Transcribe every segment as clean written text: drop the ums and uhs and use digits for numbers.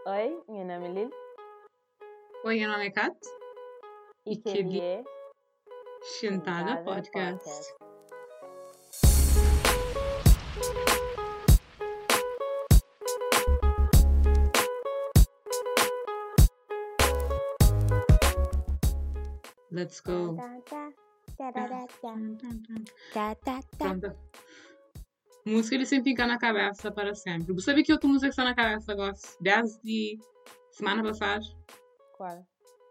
Oi, meu nome é Lil Oi, meu nome é Kat e e que que ele é Sentada Sentada Podcast. Podcast. Let's go. Pronto. Música ele sempre fica na cabeça para sempre. Você sabe que outra música está na cabeça agora? Desde semana passada? Qual?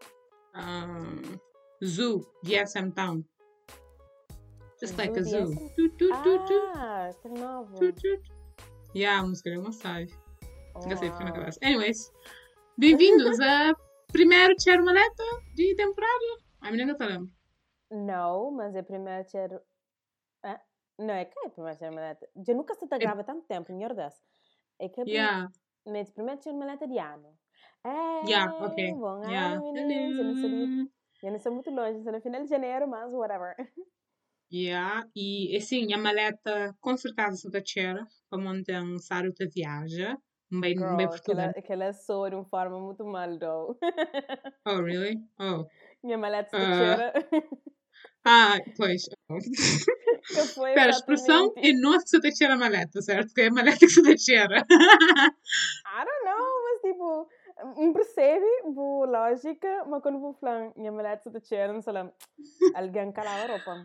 Zoo, de SM Town. Just like a zoo. Zoo. Que novo. Yeah, a música é uma save. Fica sempre na Uau. cabeça. Anyways, bem-vindos a primeiro Tchero Maleta de temporada. A menina tá lembro. Não, mas é primeiro ter... Não, é que é primeiro ter maleta. Eu nunca se grava tanto tempo, melhor dessa. É que é Yeah, primeiro ter maleta de ano. yeah, ok. Bom Yeah. ano, meninos. Eu não sabia. Hello. Eu não sou muito longe, estou no final de janeiro, mas whatever. Yeah. E assim, a maleta com certeza se da Tchera para montar um saruta viagem. Bem Girl, Portugal. aquela soa de uma forma muito mal, though. Oh, really? Oh. Minha maleta está cheira. Pois. Que foi Espera, a expressão é exatamente. nós que se da Tchera a maleta, certo? Que é a maleta que se da Tchera. I don't know, mas tipo, não percebe a lógica, mas quando vou falar, minha maleta está cheira, não sei lá, alguém cala a roupa.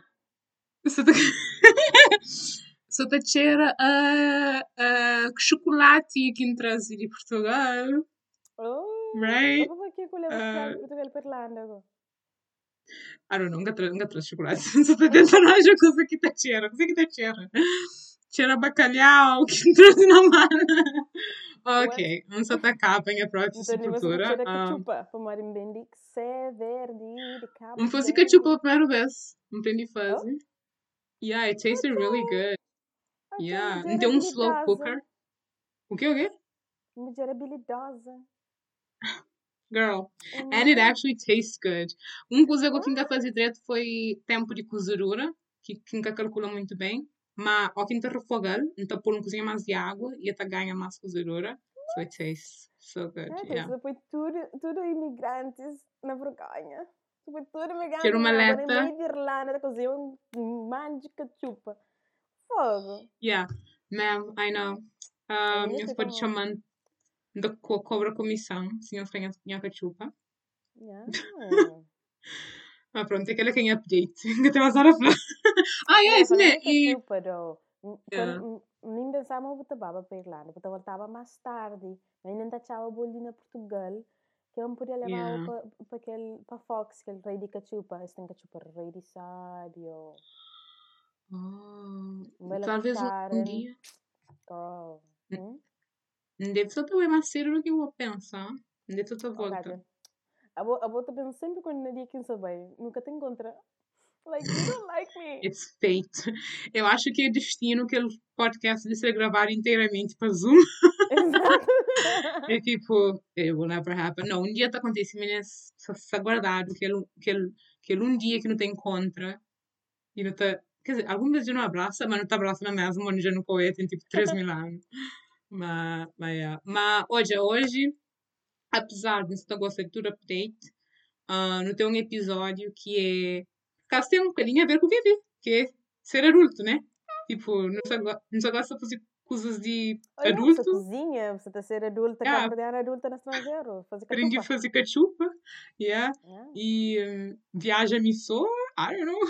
Se da Tchera a chocolate aqui em Brasil de Portugal. Oh, Right? eu vou aqui com o chocolate de Portugal para Irlanda. I don't know, nunca trouxe chocolate. Só estou tentando achar coisa que está cheira. Coisa que está cheira. Cheira bacalhau, que trouxe na mala. Ok, vamos atacar bem a próxima Então, mas se sepultura. cheira cachupa, para Marim Bendic, se verde, de cabo Vamos fazer verde. cachupa a primeira vez. Não aprendi a Oh, fazer. Yeah, it tasted really good. Yeah, mulher tem um slow habilidosa. cooker. O quê? Mulher habilidosa. Girl. And it actually tastes good. Coisa que eu tinha que fazer direto foi tempo de cozedura, que nunca calcula muito bem. Mas ao tinha refogar, então pôr um cozinha mais de água e até ganha mais cozedura. So it tastes so good, yeah. Depois tudo imigrantes na vergonha. Depois tudo imigrantes Quero uma na água. Nem leta. meio de Irlanda, da cozinha, um man de cachupa. Fogo. Yeah, ma'am, I know. A minha Eu foi pode tão... chamar da cobra comissão, se não tenha cachupa. Yeah. Mas pronto, aquela que é update. Ainda tem mais nada a falar. É isso Falando mesmo. em cachupa, though. Yeah. Quando nem pensava em botar baba para Irlanda, porque eu voltava mais tarde. Ainda não estava bolinha Portugal, que eu não podia levar Yeah. para Fox, que é o rei de cachupa. Esse tem cachupa rei de sábio. Talvez um dia. Girl. Não deve ser tão mais cedo do que eu vou pensar. Não deve ser tão volta. Okay. A volta pensa sempre quando não dia quem sabe. Nunca te encontra. Like, you don't like me. It's fate. Eu acho que é destino que o podcast de ser gravado inteiramente para Zoom. Exato. É tipo, it will never happen. Não, um dia tá acontecendo, mas só guardado que ele um dia que não te encontra e não tá. Quer dizer, algumas vezes não abraça, mas não te abraça na mesma, onde já não conhece, tem tipo 3.000 anos. Mas hoje, apesar de não gostar de tudo update, não tem um episódio que é. Caso tem um bocadinho a ver com o viver, que é ser adulto, né? Tipo, não só gosta de fazer coisas de Olha, adulto. você cozinha, você está a ser adulta, Yeah. cabo adulta no estrangeiro. Fazer Aprendi a cachupa. fazer cachupa, yeah. Yeah. E viaja a missão, I don't know.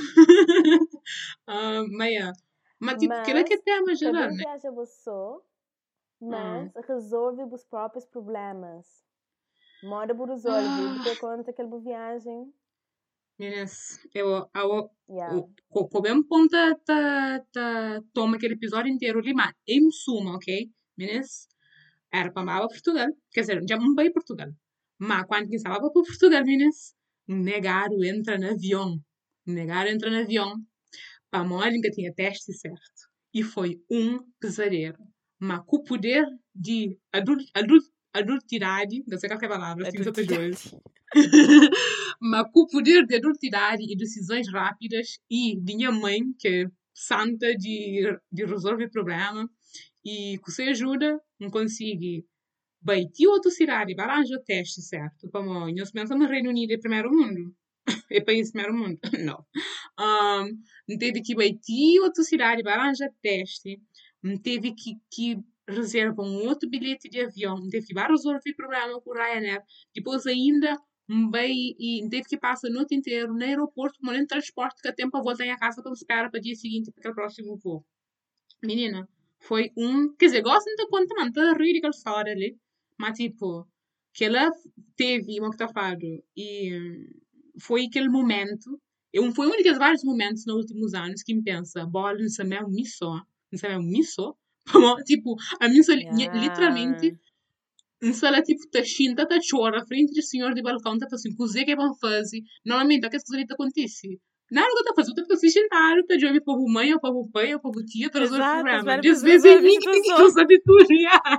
Mas tipo, aquilo é que é tema geral, Cada né? viaja você, mas resolve os próprios problemas. Moda por resolver, porque conta aquela viagem. Meninas, Yeah. como é um ponto toma aquele episódio inteiro ali, mas em suma, ok? Meninas, era para mal Portugal, quer dizer, já não vai Portugal. Mas quando quem estava para Portugal, meninas, negaram entra no avião. Negaram entra no avião. Para a mãe que tinha teste certo. E foi um pesadelo. Mas com o poder de adultidade, não sei qual é a palavra, assim, hoje. Mas com o poder de adultidade e decisões rápidas e de minha mãe, que é santa de resolver problema, e com sua ajuda, não consigo Bem, ti outro cidade, arranja o teste, certo? Como nós pensamos no Reino Unido é primeiro mundo. É país primeiro mundo. Não. Teve que ir ti outra cidade, arranja teste. Teve que reserva outro bilhete de avião. Teve que resolver o problema com o Ryanair. Depois ainda e teve que passar a noite inteira no aeroporto, molhando transporte, que a tempo a voltar a casa para esperar para o dia seguinte para o próximo voo. Menina, foi quer dizer, gosto de contar, mano, tá rir aquela história ali. Mas tipo, que ela teve uma que tá falando e foi aquele momento. Foi um daqueles vários momentos nos últimos anos que me pensa, bola, não sabe o misso, não sabe o misso. Tipo, a missa literalmente, Yeah. não sei tipo, tá xinta, tá chora, frente do senhor de balcão, tá assim, cozer que é bom fazer. Normalmente, o que coisa acontece? Nada que tá fazendo, tá se sentar, tá de ouvir para o mãe, ou para o pai, ou para o tia, tá resolver o Exato, problema. espero que Às se vezes é resolve a mim que tem que situação. saber tudo,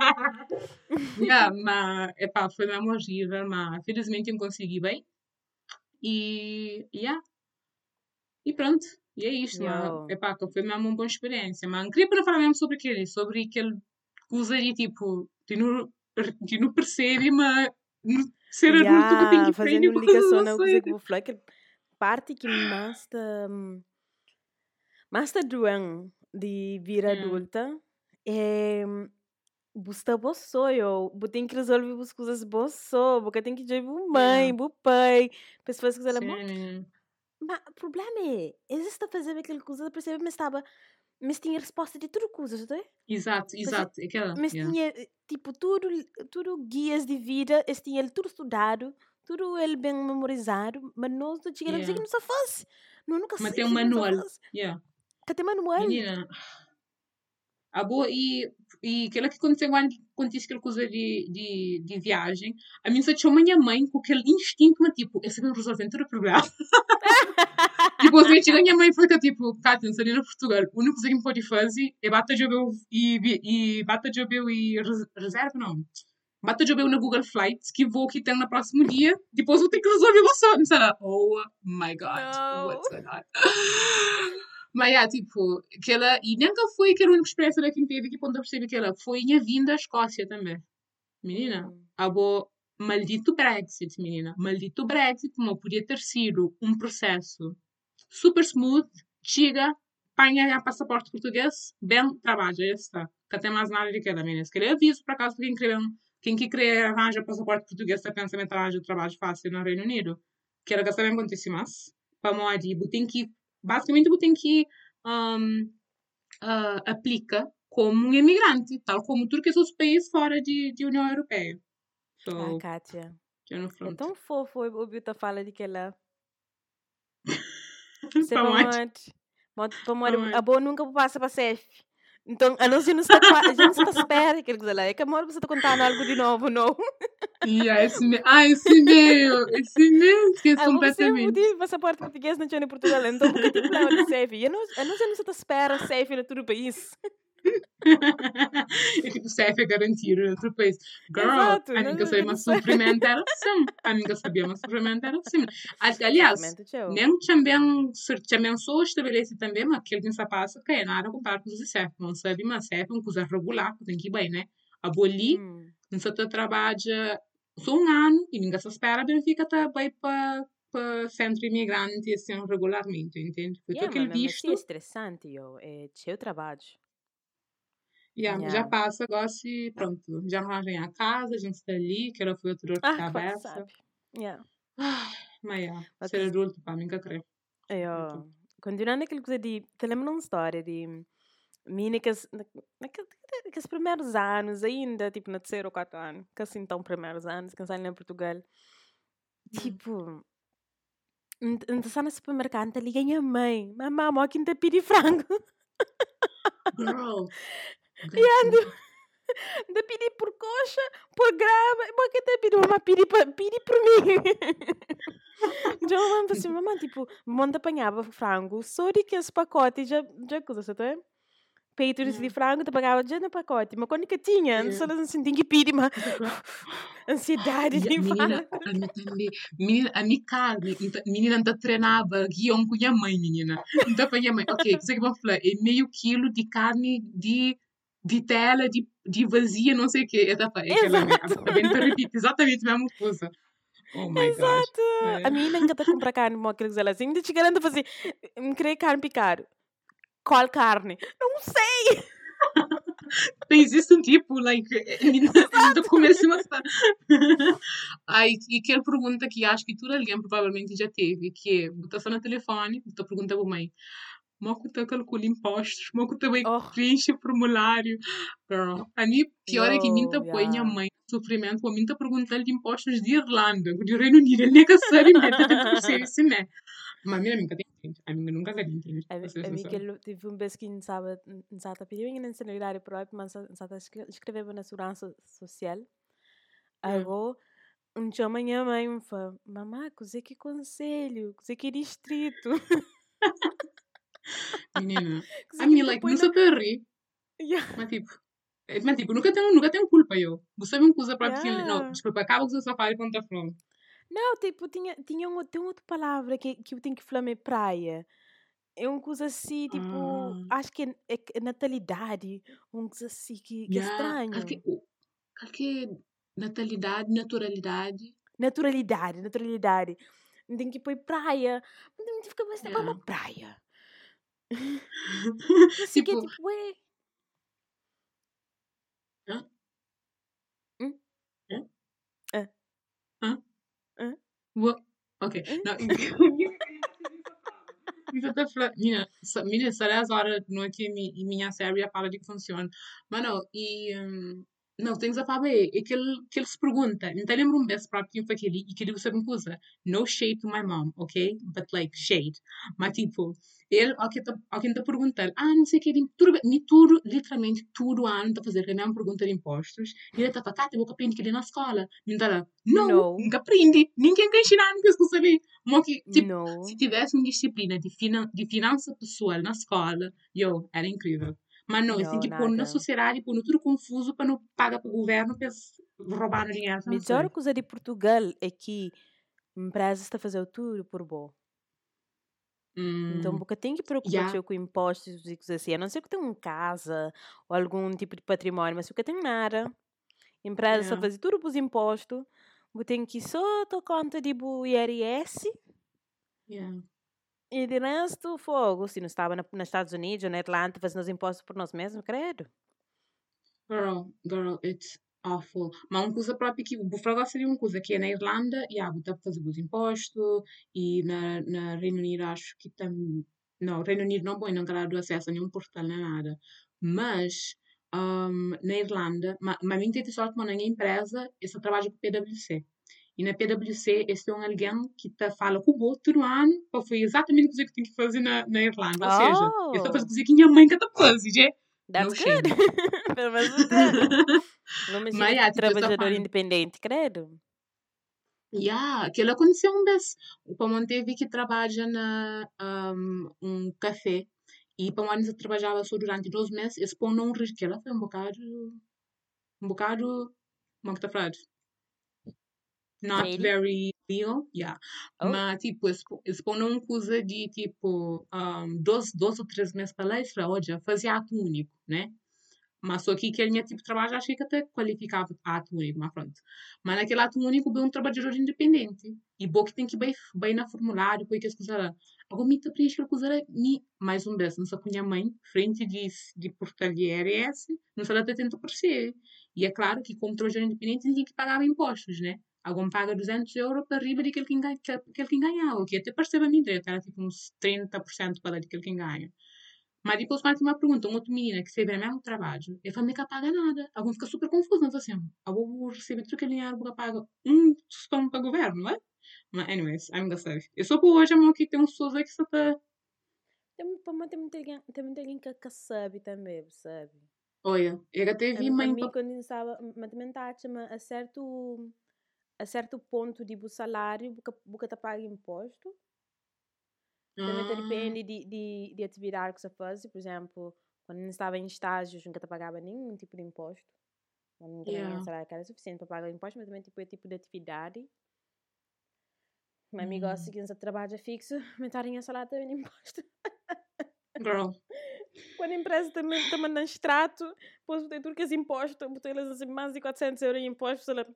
mas, epá, foi mesmo horrível, mas felizmente eu consegui bem. E pronto. E é isto, mas, Yo. epá, que foi mesmo uma boa experiência. Mas não queria para falar mesmo sobre aquele coisa de tipo, de não percebe, mas ser adulto que tem que Yeah, aprender fazendo coisas ligação a na coisa sério. que vou falar, que parte que mais tá doendo de vir Yeah. adulta é busta boçou, eu tem que resolver as coisas boçou, porque tem que dizer pro Yeah. mãe, pro pai, pessoas que falam, Sim, menino. mas o problema é, existe a fazer aquela coisa, percebe, mas tinha resposta de tudo coisas, tá? Exato, exato. Aquela. Mas Yeah. tinha, tipo, tudo guias de vida, eles tinham ele tudo estudado, tudo ele bem memorizado, mas nós não tínhamos que Yeah. não só faz. Não nunca Mas sei tem um que não só manual. faz. Yeah. Cadê manual? Menina, a boa, e aquela que aconteceu quando disse aquela coisa de viagem, a mim só tinha minha mãe com aquele instinto, mas tipo, eu sabia resolver todo o problema. Tipo, assim, chega a minha mãe foi tipo, Cátia, não na Portugal, a única coisa que me pode fazer é bata de avião e reserva, não. Bata de avião na Google Flights, que vou que tem no próximo dia, depois vou ter que resolver o assunto, sabe? Oh my God, Não. what's going on? Mas, tipo, e nunca foi aquela única experiência que me teve, que quando eu percebi que ela foi minha vinda à Escócia também. Menina, maldito Brexit, menina. Maldito Brexit, como podia ter sido um processo super smooth, chega, apanha o passaporte português, bem, trabalha, já está. Que tem mais nada de cada, menina. Se querer aviso, por acaso, quem que querer arranja passaporte português, está pensando em arranja trabalho fácil no Reino Unido. Que era que também acontece mais. Para moadi, basicamente, tem que aplica como um imigrante, tal como tudo que são os países fora de União Europeia. So, Kátia, já no é front. tão fofo ouvir tu fala de que ela. Você Para mais. a boa nunca passa para CF. Então, a não ser não está a gente está espera que ele lá. É que amor você está contando algo de novo, não? Esse mesmo, esquece Você completamente. tem passaporte português não tinha em Portugal, então porque tipo lá de CF. Eu não sei se você espera CF em todo o país. E tipo, CF é garantir outro país. Girl, Exato, a não minha sei o sabia que uma dizer. suplementar opção. A minha sabia uma suplementar opção. Aliás, Exatamente, tchau. nem também só estabelece também, mas aquele que se passa, que é nada comparar com os CF. Não sabe, mas CF é uma coisa regular, tem que ir bem, né? Aboli, não se trabalha só um ano, e ninguém se espera, bem fica bem para centro imigrante, assim, regularmente, entende? Foi todo Mas aquele mesmo assim é visto. estressante, é seu trabalho. Já passa, agora se, pronto, já arranjei a casa, a gente está ali, que era foi outra dor de Claro que cabeça. sabe. Yeah. Mas, ser Mas, adulto, pá, nunca creio. continuando aquela coisa de... Te lembro uma história de... Mina que naqueles primeiros anos, ainda, tipo, no terceiro ou quarto ano, que assim, tão primeiros anos, que saem em Portugal, tipo... Então, no supermercado, tá ligando a mãe. Mamãe, aqui não pedi frango. Girl, E ando... De pedir por coxa, por grava, porque te pedi, mamãe, pedi por mim. Já mamãe falou assim, mamãe, tipo, mamãe apanhava frango, só de que esse pacote, já coisa, você tá? Peito de frango, te pagava já no pacote, mas quando que tinha, só assim, tem que pedir, mas ansiedade de menina, falar. a mim também. Menina, a minha carne, menina, não treinava guião com a mãe, menina. Então, para a mãe, ok, o que você vai falar? É meio quilo de carne de vitela, de vazia, não sei o quê. É aquela Exato. também te repito exatamente a mesma coisa. Oh my gosh. Exato. A mim não encanta comprar carne, como aqueles assim. Ainda te garanto fazer. Me querer carne picar. Qual carne? Não sei. Existe um tipo, like, ainda começa uma. Ai, e aquela pergunta que acho que toda alguém provavelmente já teve, que é, botar só no telefone, botar pergunta para a mãe, como que calcula impostos, como que também Oh, preenche formulário. Girl, a mim, pior é que mim yo, põe a yeah. mãe em sofrimento, a mim está perguntando de impostos de Irlanda, do Reino Unido, ele necessariamente tem que perceber isso, né? Mas a mim nunca tem entende, a mim nunca tem entende, para ser A mim que sincero. ele tive vez que não sabe pedir na nacionalidade própria, mas não sabe escrever na segurança social. Yeah. Agora, dia minha mãe me fala, mamãe, cozer que conselho, cozer que distrito, Menina, a cozer que mim, não te like, põe não na... se te ri, Yeah, mas tipo, nunca tenho culpa eu. Você sabe uma coisa para que não, yeah. desculpa, acaba com o seu safari quando está falando. Não, tipo, tem outra palavra que eu tenho que falar meio praia. É uma coisa assim, tipo, Ah, acho que é natalidade, uma coisa assim que é yeah, estranho. qualquer natalidade, naturalidade, Naturalidade. Tem que ir para praia. Não fica mais para yeah. uma praia. Assim que é Tipo, tipo, ué. hã? Hum? Hã? Ah, Hã? ah, What? Ok. hum? Não, isso tá falando, menina, só 10 horas de noite e minha cérebro fala de que funciona. Mas não, não, tens a saber, é que ele se pergunta, então lembro-me desse próprio que aquele, e que ele sabe uma coisa, no shade to my mom, ok? But like, shade. Mas tipo, ele, ao que está perguntando, não sei o que, tudo, literalmente, tudo ano está a fazer a mesma pergunta de impostos, e ele está a falar, Cátia, vou aprender aquilo na escola. E ela, não, No. nunca aprendi, ninguém quer ensinar, não quer saber. Mas que, tipo, se No. tivesse uma disciplina de finança pessoal na escola, era incrível. Mas não, assim, No, tipo, na nada. sociedade, pôr tudo confuso para não pagar para o governo para eles roubar o dinheiro, não Melhor sei. coisa de Portugal é que a empresa está fazendo tudo por bom. Então, Hum, você tem que preocupar yeah, com impostos e coisas assim. A não ser que tenha uma casa ou algum tipo de património, mas se você tem nada, a empresa está yeah, fazendo tudo por impostos, você tem que só dar conta de IRS yeah. e de resto, fogo. Se não estava nos Estados Unidos ou na Atlanta fazendo os impostos por nós mesmos, credo. Girl, it's awful. Mas uma coisa própria que, o Fraga seria uma coisa que é na Irlanda, está a fazer os impostos, e na Reino Unido acho que também, não, Reino Unido não põe, não quero acesso a nenhum portal nem nada. Mas, na Irlanda, mas mim tem sorte, mas na minha empresa, eu só trabalho com PwC. E na PwC, esse é um alguém que fala com o outro todo ano, para foi exatamente o que eu tenho que fazer na Irlanda. Ou seja, eu estou a fazer Oh, coisa que minha mãe que está a fazer, já? that's No good. shame. Pelo menos você. Não imagina Mas, que tipo, eu só trabalhador falo, independente, credo. aquilo aconteceu um vez. O Pamon teve que trabalhar um café e Pamon trabalhava só durante 2 meses. Esse pão não risco. Ela foi um bocado, como é que tá falando? Not Shady? very legal, yeah. Oh, Mas, tipo, esse pão não usa de, tipo, 12 ou 13 meses para lá. Isso, olha, fazia ato único, né? Mas só que aquele meu tipo de trabalho acho que até qualificava ato único, mas pronto. Mas naquele ato único, bem um trabalhador independente. E bom que tem que ir bem na formulário, porque as coisas lá. Agora, me te preencher coisa mais um vez, não só com a minha mãe, frente de portaria de IRS, não só até tenta aparecer. E é claro que como trabalhador independente, tem que pagar impostos, né? Algum paga 200 euros para riba daquele que ganhava, o que até pareceu a mim direito, era tipo uns 30% para daquele que ganha. Mas depois faz uma pergunta, uma outra menina que recebe o mesmo trabalho, eu falei que paga nada. Alguns fica super confuso, não assim, eu vou receber tudo aquele dinheiro porque paga tostão para o governo, não é? Mas, anyways, I'm gonna say. Eu só por hoje, amor, que tem um SUS que só está. tem muita alguém que sabe também, sabe? Olha, eu até vi A mãe mim, quando eu estava, matemática, a certo ponto de o salário, porque está pago imposto. Também Ah, depende de atividade que você faz. Por exemplo, quando eu estava em estágios, nunca te pagava nenhum tipo de imposto. Não tinha yeah. salário que era suficiente para pagar o imposto, mas também tipo, é tipo de atividade. Meu amigo, Hum. seguinte, trabalho fixo, aumentarem a salário também de imposto. Girl. Quando a empresa também no extrato, depois tem tudo que é imposto, botou eles assim, mais de 400 euros em impostos, ela,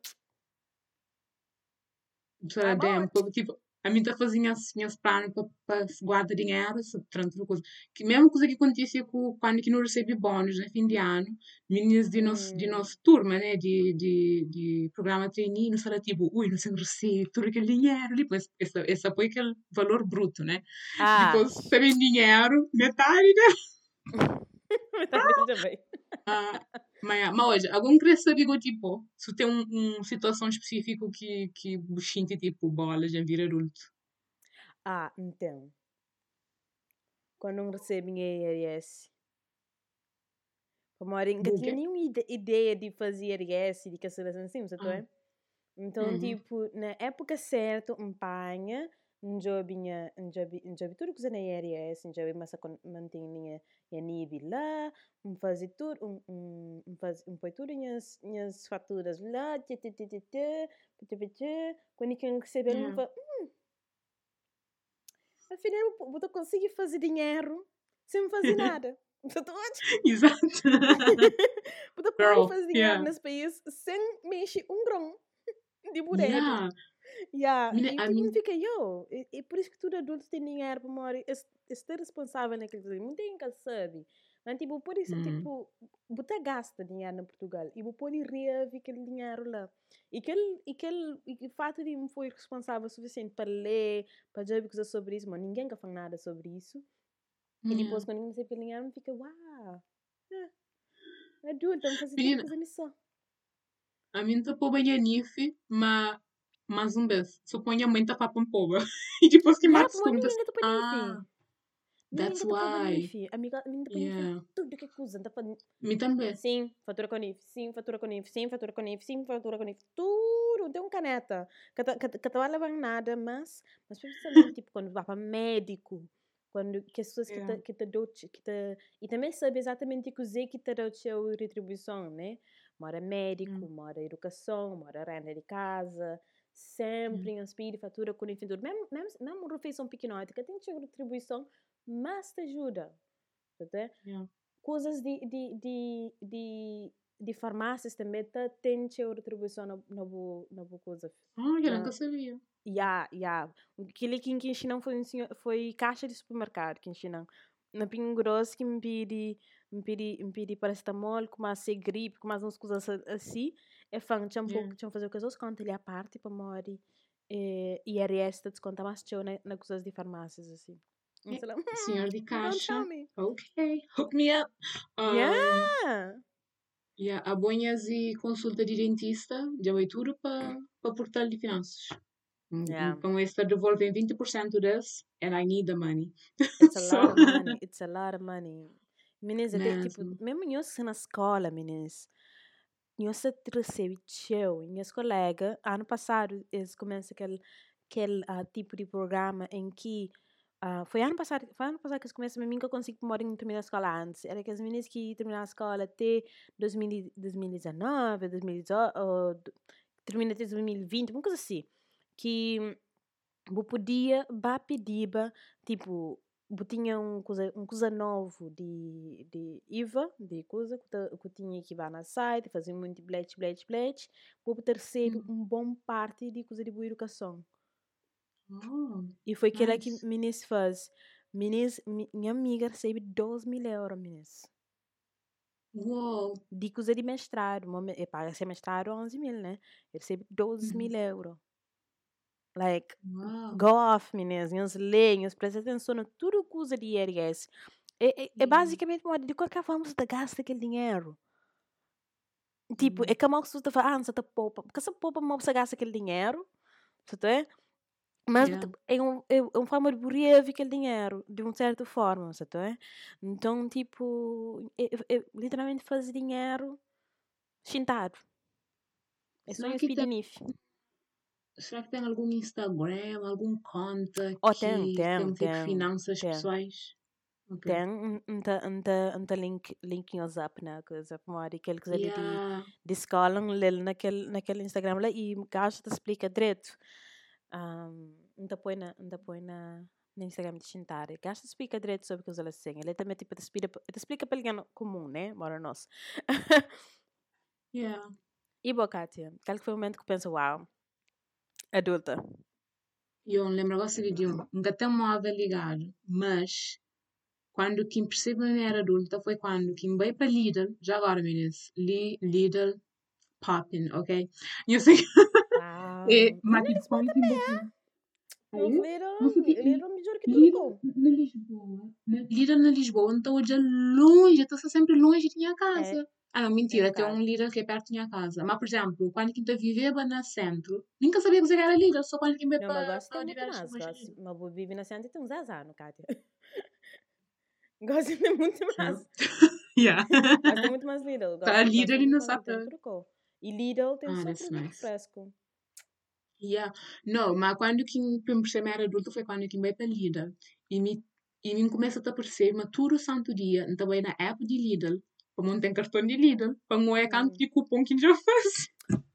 Para damn, tipo, a mim está fazendo assim, esse plano para guardar dinheiro, essa coisa. Que mesmo coisa que acontecia quando que não recebe bônus no fim de ano, meninas de nossa turma, né, de programa trainee, não será tipo, ui, não sei receber todo aquele dinheiro, depois, esse foi aquele valor bruto, né? Depois, também dinheiro, metade, né? metade também. Mas hoje, algum queria saber, tipo, se tem uma situação específica que vos sente, tipo, bolas já vir adulto. Então. Quando não recebem IRS. Como eu nunca tinha nenhuma ideia de fazer IRS e de cancelação assim, sabe? Então, tipo, na época certa, panha, job tudo que na IRS, job mas mantém a nível lá, fazer tudo, põe tudo as faturas lá, quando eu receber, eu falo, afinal, eu consegui fazer dinheiro sem fazer nada. Exato. Você pode fazer dinheiro nesse país sem mexer grão de boneco. E tipo, fica eu. E por isso que todo adulto tem dinheiro para morar. Estar responsável naquele coisa. Não tem que saber. Mas tipo, por isso, tipo, você gasta dinheiro em Portugal e você pode reaver aquele dinheiro lá. E o fato de não foi responsável o suficiente para ler, para saber coisas sobre isso, mas ninguém quer falar nada sobre isso. E depois, quando ninguém sabe aquele dinheiro, fica, uau. Adulto, vamos fazer tudo coisa nisso. A mim tá poba e nife, mas um vez, suponho a mãe tá papam poba. E depois que matas perguntas, that's why. Amiga, tudo que coisa, Me também. Sim, fatura com NIF, sim, fatura com NIF, sim, fatura com NIF, sim, fatura com NIF, tudo, tem caneta. Que não levando nada, mas principalmente, tipo, quando vai para médico, quando que as pessoas que te dão, e também sabe exatamente o que te dão a sua retribuição, né? Mora médico, mora educação, mora renda de casa, sempre em aspiro, fatura com NIF, tudo. Mesmo uma refeição pequenota, que tem a sua retribuição, mas te ajuda, tá? Coisas de farmácias também tem sua retribuição na boa coisa. Eu nunca sabia. Aquele que ensinam foi caixa de supermercado que ensinam. Na Pingo Grosso que me pedi paracetamol, como a ser gripe, como as coisas assim. É fã, tinha fazer coisas conta ali a parte para morrer. IRS desconta mais na coisas de farmácias assim. Senhor de caixa. Ok, hook me up. A bonhas e consulta de dentista, já vai tudo para portal de finanças. Então, esta devolve 20% desse, and I need the money. It's a lot of money. It's a lot of money. Meninas, tipo, mesmo eu na escola, meninas, eu recebo show. Minhas colegas, ano passado, eles começam aquele tipo de programa em que foi ano passado que eles começam, mas eu consigo morar em terminar a escola antes. Era que as meninas que terminaram a escola até 2019, 2018, termina até 2020, uma coisa assim. Que eu podia pedir, tipo, eu tinha coisa novo de IVA, de coisa que eu tinha que ir na site, fazer muito blech, vou ter recebido bom parte de coisa de boa educação. E foi aquilo que meninas faz. Minha amiga recebe 12.000 euros, meninas. Uou! De coisa de mestrado. Paga ser mestrado 11.000, né? Eu recebo 12.000 euros. Like, go off, meninas. Nós leem, prestem atenção na tudo que usa de IRS. É basicamente uma de qualquer forma você gasta aquele dinheiro. Tipo, é como se você fala, você tá poupa. Porque você poupa, mas você gasta aquele dinheiro. Você mas é uma forma de reaver aquele dinheiro, de uma certa forma, sabe? Então, tipo, literalmente fazer dinheiro chintado. É só isso pedir. Será que tem algum Instagram, algum conta que tem tipo finanças pessoais? Okay. Tem link em WhatsApp, né? Coisa como aquele que de escola, naquele Instagram lá e o gajo te explica direito. Não põe no Instagram de Chintar. Gasta explica direito sobre o que elas têm. Ele também tipo, te explica para alguém comum, né? Mora nós. Yeah. E boa, Kátia, aquele que foi o momento que pensa, uau, adulta. Eu lembro agora de nunca tem modo a ligar, mas quando Kim percebeu que era adulta foi quando Kim veio para Lidl, já agora meninas, Lidl popping, ok? E eu sei que Uau. mas Mas tipo, eles como botam Kim bem, veio não aí, leram, mas o que leram melhor que tudo Lidl com. na Lisboa, Lidl na Lisboa, então hoje é longe, eu estou sempre longe de minha É, casa. Ah, não, é um mentira, tem bocado. um Lidl que é perto da minha casa. Mas, por exemplo, quando Kim vivia na centro, nunca sabia que era Lidl, só quando Kim veio Não, mas para gosto tem muito diversas mais. lojas. Gosto, mas vou viver na Santa e tem uns 10 anos, Kátia. Gosto de muito True. mais. Yeah. Gosto de muito mais Lidl. Tá Gosto Lidl e muito não mais Lidl. Tem sabe. muito trocou. E Lidl tem Ah, só that's produto nice. fresco. Yeah. Não, mas quando que me percebi era adulto foi quando que me veio para Lidl. E me começa a aparecer, mas todo santo dia, então vai na app de Lidl, como não tem cartão de Lidl, para não é canto de cupom que já faz.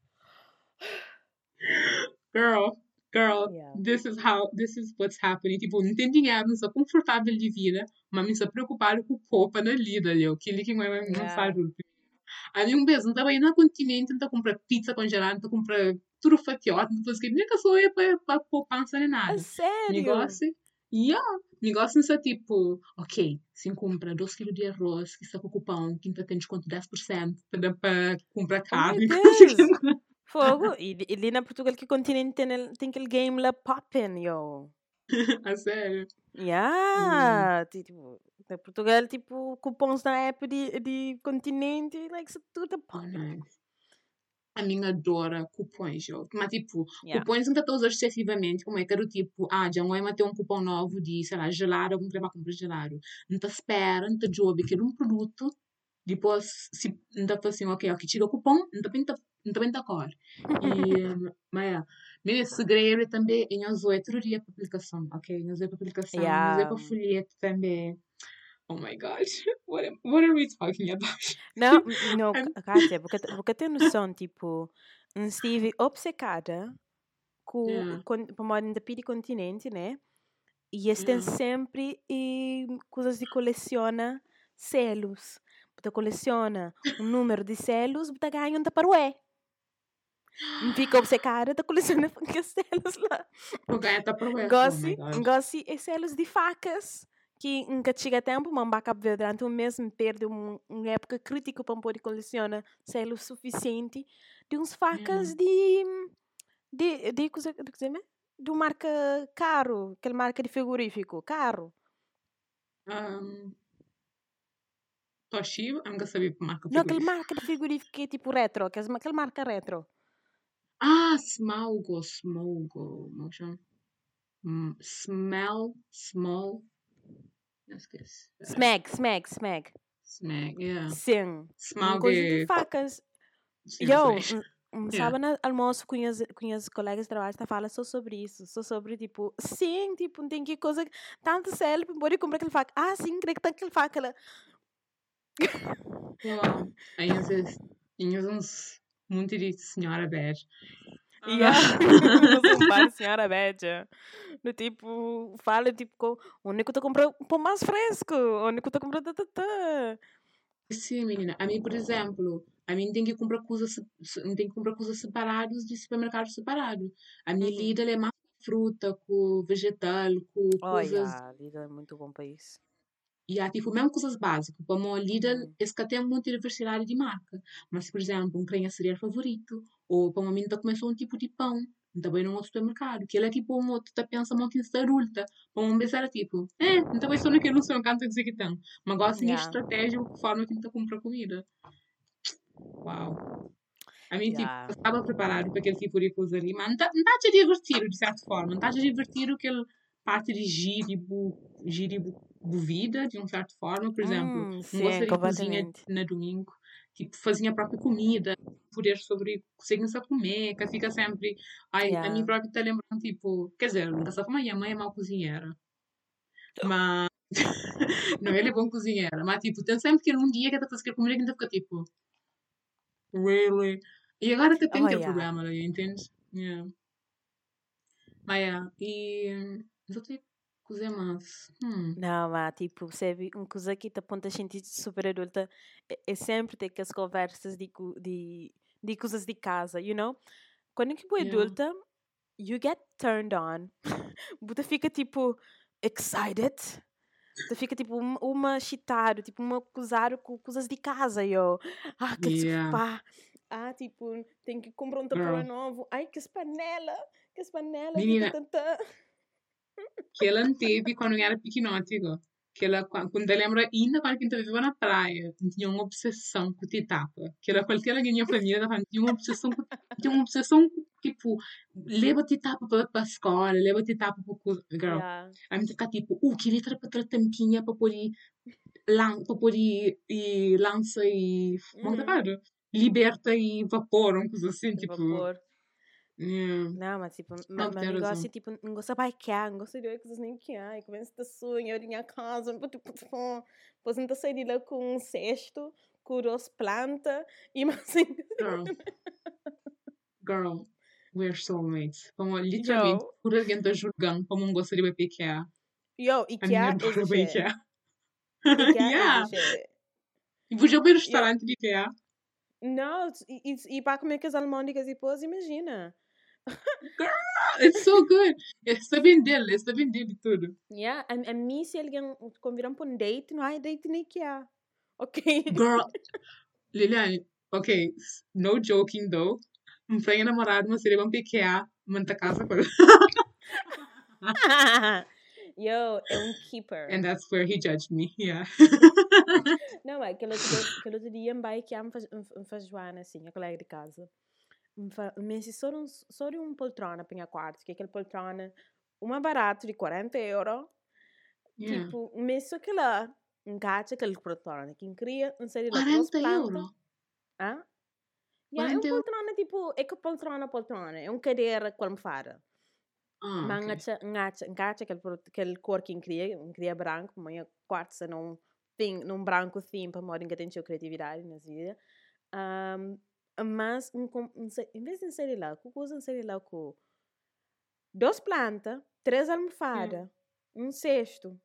Girl, Yeah. this is what's happening. Tipo, não tem dinheiro, não sou confortável de vida, mas me estou preocupado com o poupa na Lidl, eu. Que que não faz Yeah. a mim um beijo, não estava aí no continente, não comprar pizza congelada, não comprar tudo fatiote, não faz que nem que sou eu para poupança nem A nada. sério? Negócio, yeah, negócio não é tipo, ok, se compra 2 kg de arroz, que está com cupom, que ainda tem desconto 10%, para comprar Oh meu carne, Deus! Fogo! E ali na Portugal que continente tem aquele game lá poppin', yo. a sério. Yeah! Tipo, na Portugal, tipo, cupons na app de continente, like, isso tudo é poppin'. Nice. A minha adora cupons, eu. Mas, tipo, Yeah. cupons nunca estou a usar excessivamente. Como é que era o tipo, já não é ter um cupom novo de, sei lá, gelado, algum crema comprar gelado. Não te espera, não te joga, que um produto, depois, se não te assim, ok, tira o cupom, não te pinta a cor. E, mas, meu segredo é também em usar outro dia para aplicação, ok? Em usar para aplicação, em usar Yeah. para folheto também. Oh my God, what are we talking about? Não, não, I'm- Kátia, porque tem noção, tipo, estive obcecada com yeah, para moda da Piri Continente, né? E eles têm yeah. sempre coisas de coleciona selos. Você coleciona um número de selos, você ganha um taparoé. Me fica obcecada, você coleciona aqueles selos lá. O ganho tá para o oh my Gosto, God. gosto e selos de facas. Que nunca chega tempo, mas vai ver durante um mês, me perde uma época crítica para poder colecionar selos suficiente de uns Yeah. facas de coisa, de uma marca caro, aquela marca de frigorífico, caro. Toshiba, eu nunca sabia que marca Não, aquela frigorífico. marca de frigorífico que é tipo retro, aquela marca retro. Smaugo, como chama? Small, não esqueci. Smeg. Smeg, yeah. Sim, uma Smaug coisa de é, facas. sim, eu sei. Eu, Yeah. sábado no almoço com as colegas de trabalho, tá falando só sobre isso, só sobre, tipo, sim, tipo, não tem que coisa, tanto sério, pode comprar aquele faca. Ah, sim, creio que tem aquele faca lá. Wow. Aí às vezes tinhas uns monte de senhora bege. Yeah, mas um par, senhora Bédia. Do tipo, fala, tipo, onde que tu comprou um pão mais fresco? Onde que tu comprou tatatá? Sim, menina. A mim, por exemplo, a mim tem que comprar coisas, tem que comprar coisas separadas de supermercado separado. A minha Uhum. Lidl é mais fruta, com vegetal, com Oh, coisas. yeah, Lidl é muito bom país. E há, tipo, mesmo coisas básicas. Para o Lidl, Uhum. esse que tem muita diversidade de marca. Mas, se, por exemplo, um creme cereal favorito, ou para uma menina começou um tipo de pão, também num outro supermercado, que ele é tipo um outro, tá pensa uma que está adulta. Para um vez era tipo, então vai só naquele não sei um canto a dizer que tem. Mas agora sim é Yeah, estratégico de forma que não está a comprar comida. Uau. A mim, tipo, yeah. eu estava preparado para aquele tipo de coisa ali, mas não está a divertir, de certa forma. Não está a divertir aquele parte de vida, de uma certa forma. Por exemplo, não Sim, gostaria de cozinha completamente. na domingo, tipo, fazia a própria comida, poder sobre conseguem-se a comer, que fica sempre. Ai, a mim Yeah. própria está lembrando, tipo, quer dizer, nunca sei como a minha mãe é mal cozinheira, mas não, ele é bom cozinheira, mas tipo, tem sempre que ir um dia que está a fazer comida que ainda fica tipo, really? E agora que tem Oh, que ter yeah. problema, entende? Yeah. Mas, yeah. E. Mas eu tenho. Coisa mais. Não, mas tipo, sabe, uma coisa que te aponta a sentir super adulta é sempre ter que as conversas de coisas de casa, you know? Quando que é Yeah. adulta, you get turned on. Você fica tipo excited. Você fica tipo uma excitado, tipo uma acusar com coisas de casa, yo. Ah, que Yeah. sofá. Ah, tipo, tem que comprar um tapaué Girl. novo. Ai, que panela. Que panela. Menina, que ela teve quando eu era pequenótico. Que ela, quando eu lembro ainda quando eu vivia na praia, tinha uma obsessão com titapa. Que ela, qualquer da minha família, tinha uma obsessão tinha uma obsessão, tipo, leva titapa para a escola, leva titapa para coisa. Girl, Yeah. a mim fica tipo, que letra para a tampinha para pôr e lança e, como é que Uhum. liberta e vapor, uma coisa assim, tipo, Vapor. yeah. Não, mas tipo, Não, mas tem negócio razão. tipo, não gosta de baicar, não gosta de coisas nem que há. Começa a sonhar em casa, depois não sair de lá com um cesto, com duas plantas e mais assim. Girl. Girl, we're soulmates. Como literalmente, Yo, por alguém está julgando como um gostaria de IKEA. yo, A minha IKEA adora o existe. IKEA. IKEA Yeah! existe. E vou já ver o Yo, restaurante de IKEA. não, e para comer com as almôndegas e depois, imagina. Girl, it's so good. Está vendendo e tudo. Yeah, a mim, se alguém convidar para um date, não há date nem IKEA. Ok? Girl, Liliane, ok, no joking though. Um franho namorado, mas seria um IKEA, manta casa com ele. Yo, é um keeper. And that's where he judged me, yeah. Não, é aquele outro dia me vai que me faz Joana, assim, a colega de casa. Me disse só um poltrona para minha quarto, que é aquele poltrona, uma barato de 40 euros. Yeah. Tipo, me disse que lá, encaixa aquele poltrona, que queria, não sei lá, com duas 40 plantas. euros. Ah? Yeah, é um 40 euros. poltrona, tipo, é que poltrona, é um cadeira com almofada. Ah, ok. Mas encaixa aquele cor que queria branco, mas o quarto se não tem num branco assim, para modo que tem sua criatividade na vida. Mas em vez de ser lá, que coisa ser lá com duas plantas, três Yeah. almofadas, um cesto.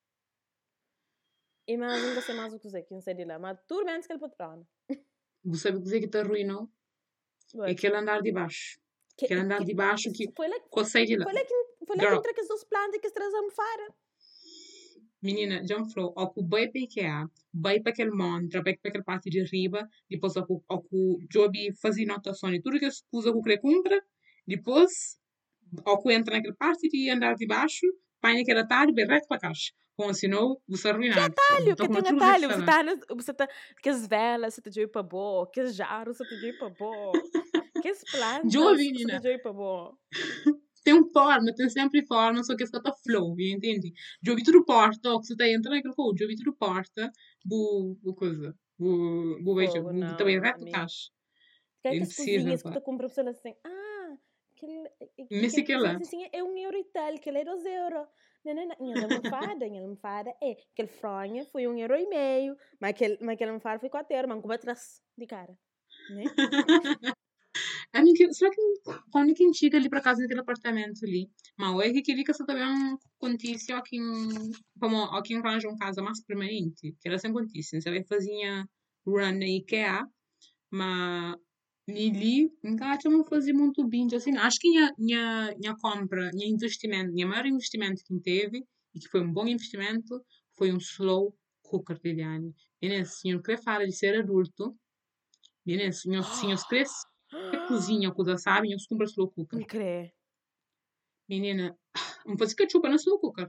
E mais não gostei mais do que isso, que não sei lá, mas tudo menos que ele patrão. Você sabe dizer que te arruinou? É But, aquele andar de baixo. Aquele andar de baixo que foi lá, consegue de lá. foi lá que Girl, entra com as duas plantas e com as três almofadas. menina, já me falou, ao que bem para IKEA, bem para aquele monte, bem para aquele parte de riba, depois ao que o Joby fazia anotação de tudo que se usa com o compra, depois, ao que entra naquele parte de andar de baixo, põe aquele atalho, bem reto para caixa. Com senão, você arruinado. Atalho, Então, que como tem tudo que atalho. está Você lá. tá, você tá, que as velas você tá de ir para boa, que as jarros você tá de ir para boa, que as plantas Joby, você tá menina, de ir para boa. tem forma, tem sempre forma, só que está flow, entende? Joby tudo porta, ou que você está entrando naquele coisa, Joby tudo porta, bu coisa, bu beijo, Fogo, bu também não, reto amigo. caixa. Que é É que as impossível, cozinhas que pá. tu compra para assim, Messi aquele que lá. cozinha assim é 1 euro e tal, que é 2 euros. Não, não, não. Minha almofada é, aquele franha foi 1,5 euro, mas aquele almofada foi 4 euros, mas como atrás de cara, né? A mim, será que quando que chega ali para casa naquele apartamento ali? Mas é que queria que você também acontece como aqui arranja uma casa mais permanente, que era sem acontecer, se ela fazia run na IKEA, mas ali nunca não fazia muito bem, assim, acho que minha compra, minha investimento, minha maior investimento que teve, e que foi um bom investimento, foi um slow cooker, Liliane. E nesse senhor que fala de ser adulto, bine, senhor cresce a cozinha, coisa sabe, eu compro slow cooker. Me crê. Menina, não fazia ketchup no slow cooker.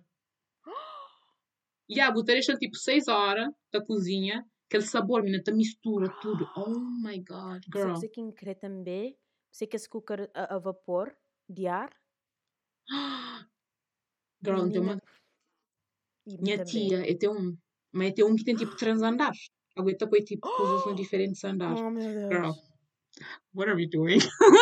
E a botar deixa tipo 6 horas da cozinha, aquele sabor, menina, te mistura tudo. Oh my god, girl. Você que crê também, você que açúcar a vapor de ar, Girl, tem menina, uma. e Minha também. tia, mas tem um que tem tipo 3 andares. Aguenta põe tipo coisas no diferentes andares. Oh, meu Girl, Deus. what are we doing?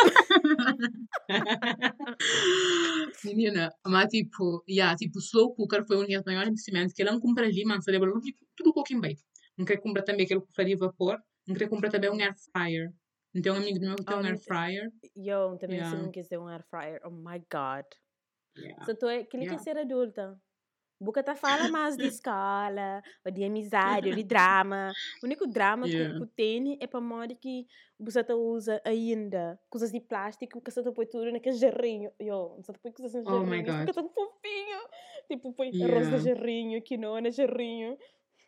Menina, mas tipo, tipo, slow cooker foi um dos maiores investimentos que ela não compra ali, mas celebra tudo pouquinho bem. Não quer comprar também aquele que faria vapor, não quer comprar também um air fryer. Então, um amigo meu que tem Oh, um air fryer. eu também se Yeah, não quiser um air fryer. Oh my God. yeah, Se tu é, aquele que é yeah. ser adulta. Boca tá fala mais de escola, ou de amizade, ou de drama. O único drama Yeah. que tem é para modo que você tá usa ainda coisas de plástico que você tá põe tudo naquele jarrinho. Você tá põe coisas no Oh my jarrinho, isso God. fica tão fofinho. Tipo, põe arroz no Yeah. jarrinho, quinoa no jarrinho.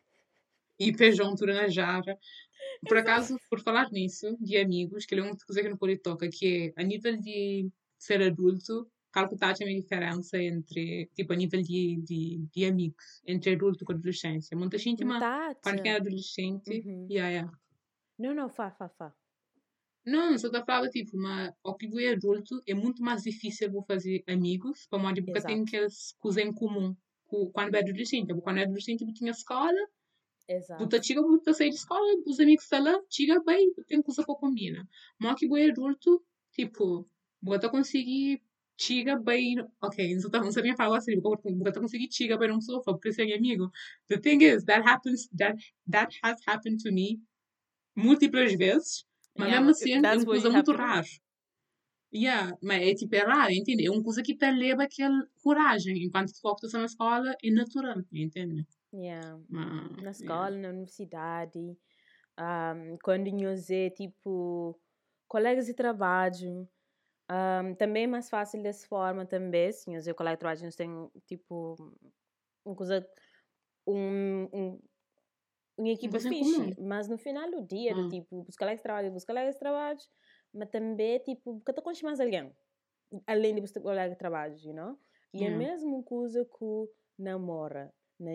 E feijão tudo na jarra. Por Exato. acaso, por falar nisso, de amigos, que é uma coisa que não pode tocar, que é a nível de ser adulto, calcular também a diferença entre, tipo, a nível de amigos, entre adulto e adolescência. Muita gente, quando é Tati. adolescente, Uhum. yeah. Não, fá. Não, só te falava, tipo, ao que eu é adulto, é muito mais difícil vou fazer amigos, para modo porque tem Exato, aquelas coisas em comum. Quando é adolescente, quando é adolescente, eu tinha escola, buta exato. chiga, buta sair de escola, os amigos estão lá, chiga bem, tem coisa para combinar. Mas que é adulto, tipo, bota conseguir chiga bem, ok, não sabia falar assim, bota conseguir chiga bem num sofá, porque ser amigo. The thing is, that has happened to me múltiplas vezes, mas Yeah, mesmo assim é that's uma what coisa you have muito to do. rara. Yeah, mas é tipo, é raro, entende? É uma coisa que te leva aquela coragem, enquanto tu focas na escola, é natural, entende? Yeah. Mas, Na yeah. escola, na universidade, quando nós é tipo colegas de trabalho, também é mais fácil dessa forma também, se nós é colega de trabalho, nós tem tipo uma coisa, um, um, uma Uma equipa coisa em fixe, comum. mas no final do dia, do Ah, tipo, os colegas de trabalho, mas também tipo, porque tu conheces mais alguém, além de você colega de trabalho, you know? E é a yeah, mesma coisa que namora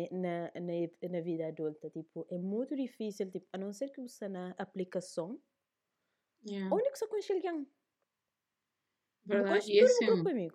na vida adulta, tipo, é muito difícil, tipo, a não ser que você na aplicação, yeah. onde que você conhece alguém? Você Verdade. conhece E todo o grupo assim, amigo.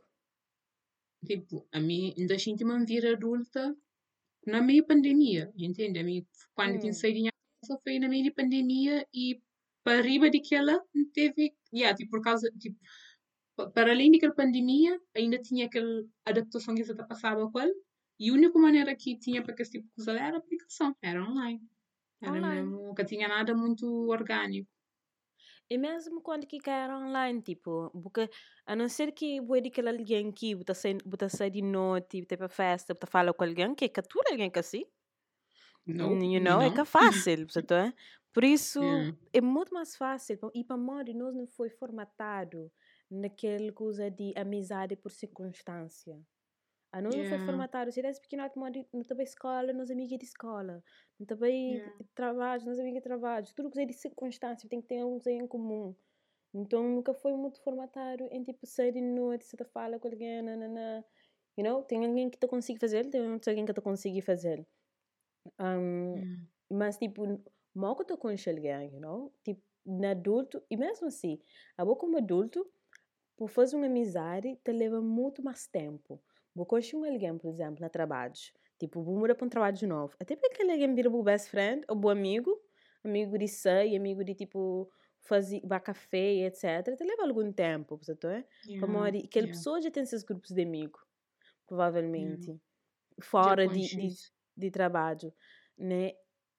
tipo, a mim ainda sinto-me vir adulta na meia pandemia, entende? A mim, quando eu tinha Hum, saído em casa, foi na meia de pandemia e para arriba daquela teve, yeah, tipo, por causa, tipo, para além daquela pandemia, ainda tinha aquela adaptação que você passava com ele, e a única maneira que tinha para que esse tipo de coisa era a aplicação, era online. Era online. mesmo, nunca tinha nada muito orgânico. E mesmo quando que quer online, tipo, porque a não ser que você de aquele alguém que você sai de noite, você para festa, você fala com alguém, que captura alguém que assim, Não, you e know, é não. que é fácil, você tá? Por isso, Yeah, é muito mais fácil, e para modo nós não foi formatado naquela coisa de amizade por circunstância. A nós não foi yeah, formatado, se desde pequeno não estava escola, nós amigos de escola, não estava yeah, trabalho, nós amigos de trabalho, tudo que é de circunstância, tem que ter alguma coisa em comum. Então nunca foi muito formatado em tipo sair de noite, você tá fala com alguém, nanana. You know, tem alguém que tu consiga fazer, tem alguém que tu consiga fazer. Um, yeah, mas tipo, mal que tu conhece alguém, you know, tipo, na adulto, e mesmo assim, a boa como adulto, por fazer uma amizade, te leva muito mais tempo. Vou conhecer alguém, por exemplo, no trabalho. Tipo, vou mudar para um trabalho de novo. Até porque aquele alguém vira o best friend, ou bom amigo, amigo de sair, amigo de tipo, fazer vai café, etc. Te leva algum tempo, você tá? Para yeah, morrer. Aquela yeah, pessoa já tem seus grupos de amigos, yeah. provavelmente, Já fora conheço isso. de trabalho, né?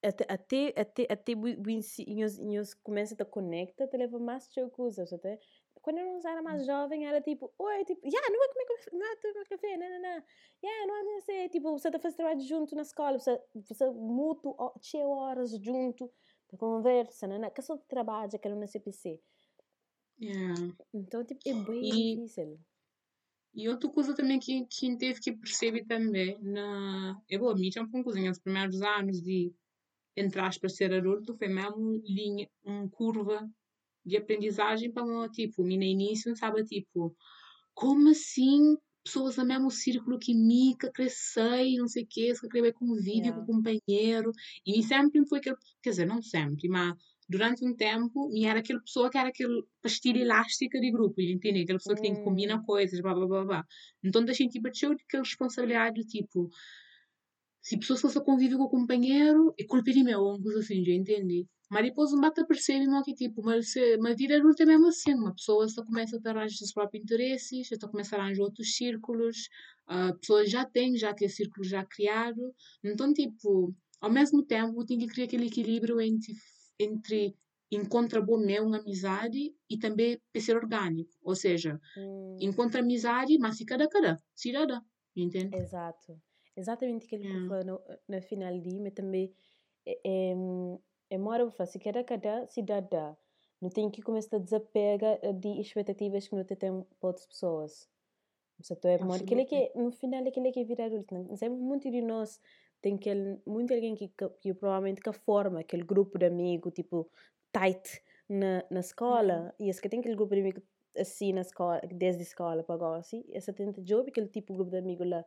Até nós começa a conectar, te leva mais de coisas, até. Quando eu não era mais jovem, era tipo, oi, tipo, não é comer café, não é tomar café, não, não é não sei, tipo, você tá fazendo trabalho junto na escola, você muito, 6 horas junto, da conversa, não, que só trabalho, que não é CPC. Yeah. Então, tipo, é bem E, difícil. e outra coisa também que teve que perceber também, eu, a mim já me cozinha, os primeiros anos de, entre aspas, ser adulto, foi mesmo linha, curva de aprendizagem para o tipo, mim no início estava tipo, como assim pessoas do mesmo círculo que mim, que crescei, não sei o quê, se querer convívio com o Yeah. companheiro, e sempre foi aquele, quer dizer, não sempre, mas durante um tempo, me era aquela pessoa que era aquele pastilha elástica de grupo, entende? Aquela pessoa que tem que combinar Hum, coisas, blá blá blá blá. Então deixei tipo, achei aquela responsabilidade do tipo, se a pessoa só convive com o companheiro, é culpa de meu, uma coisa assim, já entendi. Mas depois um bate a perceber que tipo, mas vida adulta é mesmo assim, uma pessoa só começa a ter arranjar os seus próprios interesses, já começa a arranjar outros círculos, a pessoa já tem círculos já criado, então tipo, ao mesmo tempo tem que criar aquele equilíbrio entre encontra bom meu uma amizade e também para ser orgânico, ou seja, hum. encontra amizade, mas se cada, cidadã, entende? Exato. exatamente aquilo que eu Yeah. falei no final de mas também é mora para se cada cidadã não tem que começar a desapega de expectativas que não tem para outras pessoas. Então, mora aquele Absolutely. no final aquele que vira adulto. Não sei, muito de nós tem muito alguém que provavelmente que forma aquele grupo de amigos tipo tight na escola e esse que tem aquele grupo de amigos assim na escola desde a escola para agora assim essa tenta job aquele tipo de grupo de amigos lá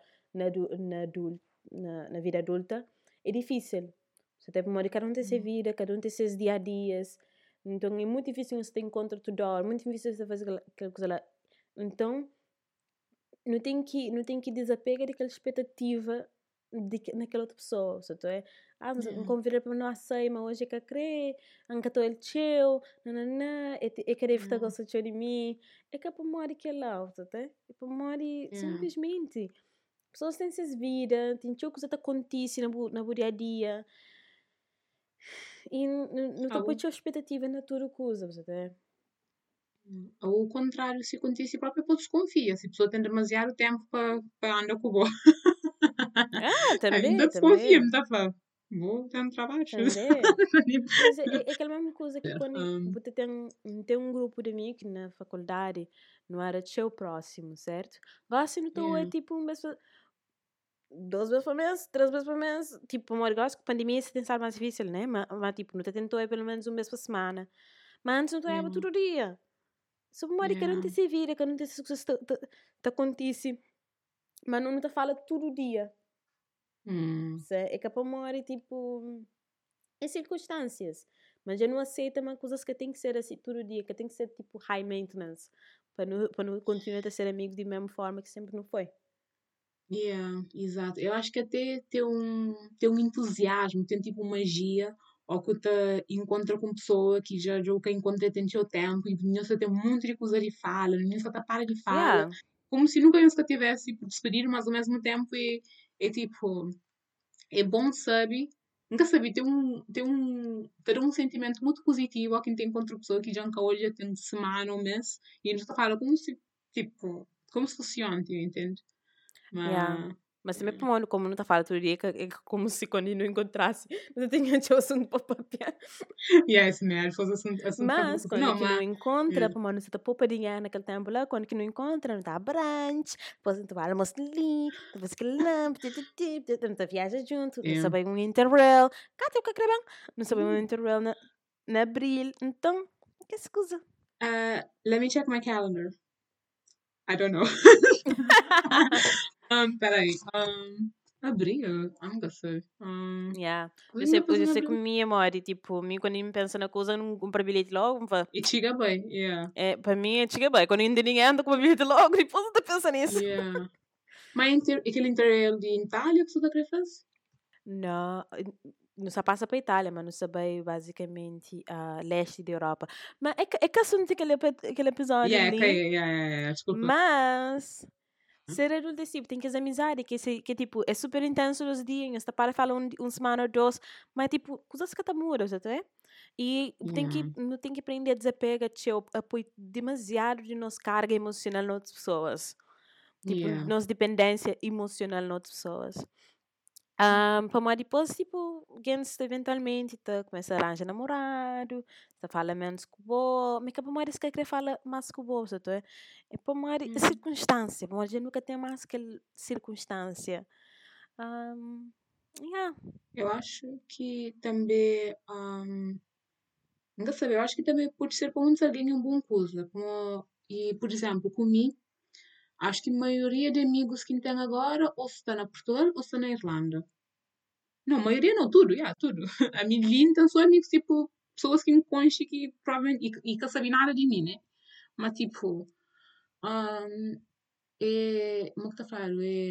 na vida adulta é difícil. Você tem uma cada um tem sua vida, cada um tem seus dia a dias. Então é muito difícil você encontrar tudo hora, muito difícil você fazer aquela coisa lá. Então não tem que desapegar daquela expectativa naquela outra pessoa. Só é, mas Yeah. um convida para não sei, mas hoje é que crê, anca tô ele chill, nananã, é que deve estar gostando de mim. É que é para morrer que é lá, só é? É para morrer Yeah. simplesmente. Pessoas têm suas vidas, tem coisas que acontecem no dia a dia. E não te põe a expectativa na tua coisa, só é? Ou o contrário, se acontecer, a própria pessoa desconfia. Se a pessoa tem demasiado tempo para andar com o boa. Ainda Também, desconfia, também. me dá para. Vou ter trabalho. Também. Mas é aquela mesma coisa que quando Um, você tem um grupo de amigos na faculdade, não era seu próximo, certo? Você não tá é yeah. tipo duas vezes por mês, três vezes por mês. Tipo, um negócio que pandemia se tem sido mais difícil, né? Mas tipo, não te tentou é pelo menos um mês por semana. Mas antes não te Yeah. todo dia. Só uma hora que não Yeah. te se vira, que não te se coisas te acontece. Mas não te fala todo dia. É que para uma hora, tipo, em circunstâncias. Mas eu não aceito mais coisas que tem que ser assim todo dia, que tem que ser tipo high maintenance, para não continuar a ser amigo de mesma forma que sempre não foi. Yeah, exato. Eu acho que até ter um entusiasmo, tem tipo magia, ou que te encontra com pessoa que já que encontra tem seu tempo e não se tem muito de coisa de fala, não se para de fala, Yeah, como se nunca nunca tivesse tipo, despedir, mas ao mesmo tempo é tipo, é bom sabe, nunca sabe, ter um sentimento muito positivo a quem tem contra pessoa que já nunca hoje tem semana ou mês e nos fala como se, tipo, como se fosse ontem, entende? yeah. Mas, Mas também, yeah. como não está falando todo dia, é como se quando eu não encontrasse, não tinha de assunto para papiar. Yeah, esse merda, fosse assunto para Mas, conversa. quando Não, que não mas. encontra, Yeah. para não se tá poupa dinheiro naquele tempo lá, quando que não encontra, não está brunch, depois não vai almoço ali, depois que lamp, não está viaja junto, não Yeah. sabe um interrail, cá tem o que acreditar, não sabe um interrail na abril, então, que escusa. Let me check my calendar. I don't know. Peraí. Abril? Nunca sei. Yeah. Coisa ainda fazer Eu em sei que abril. minha memória, tipo, mim quando eu penso na coisa, eu não compro bilhete logo, E chega bem, yeah. para mim, chega bem, quando eu ainda ninguém anda com bilhete logo, depois eu tô pensando nisso. Yeah. Mas aquele interrail de Itália que você está querendo fazer? Não, não só passa para a Itália, mas não sabe basicamente a leste da Europa. Mas é que assunto aquele episódio Yeah, okay, ali, yeah. Desculpa. mas ser adulto é tipo, tem que as amizades, que tipo, é super intenso os dias, está para falar um semana ou dois, mas tipo, coisas que tá mudam, sabe? E Yeah. não tem que aprender a desapegar, apoio demasiado de nossa carga emocional nas outras pessoas. Tipo, Yeah. nossa dependência emocional nas outras pessoas. Para mais depois, tipo, Gens eventualmente tá, começa a arranjar namorado, tá fala menos com o bo, mas que para mais que quer fala mais com o bo, sabe? É para mais circunstância, para mais nunca tem mais aquela circunstância. Yeah. Eu acho que também. Nunca sabe, eu acho que também pode ser para muitos alguém um bom coisa. E, por exemplo, comigo, acho que a maioria de amigos que tenho agora ou está na Portugal ou está na Irlanda. Não, a maioria não, tudo, tudo. A minha linda são amigos, tipo, pessoas que me conhecem que provavelmente, e que não sabem nada de mim, né? Mas, tipo, como é que está a falar?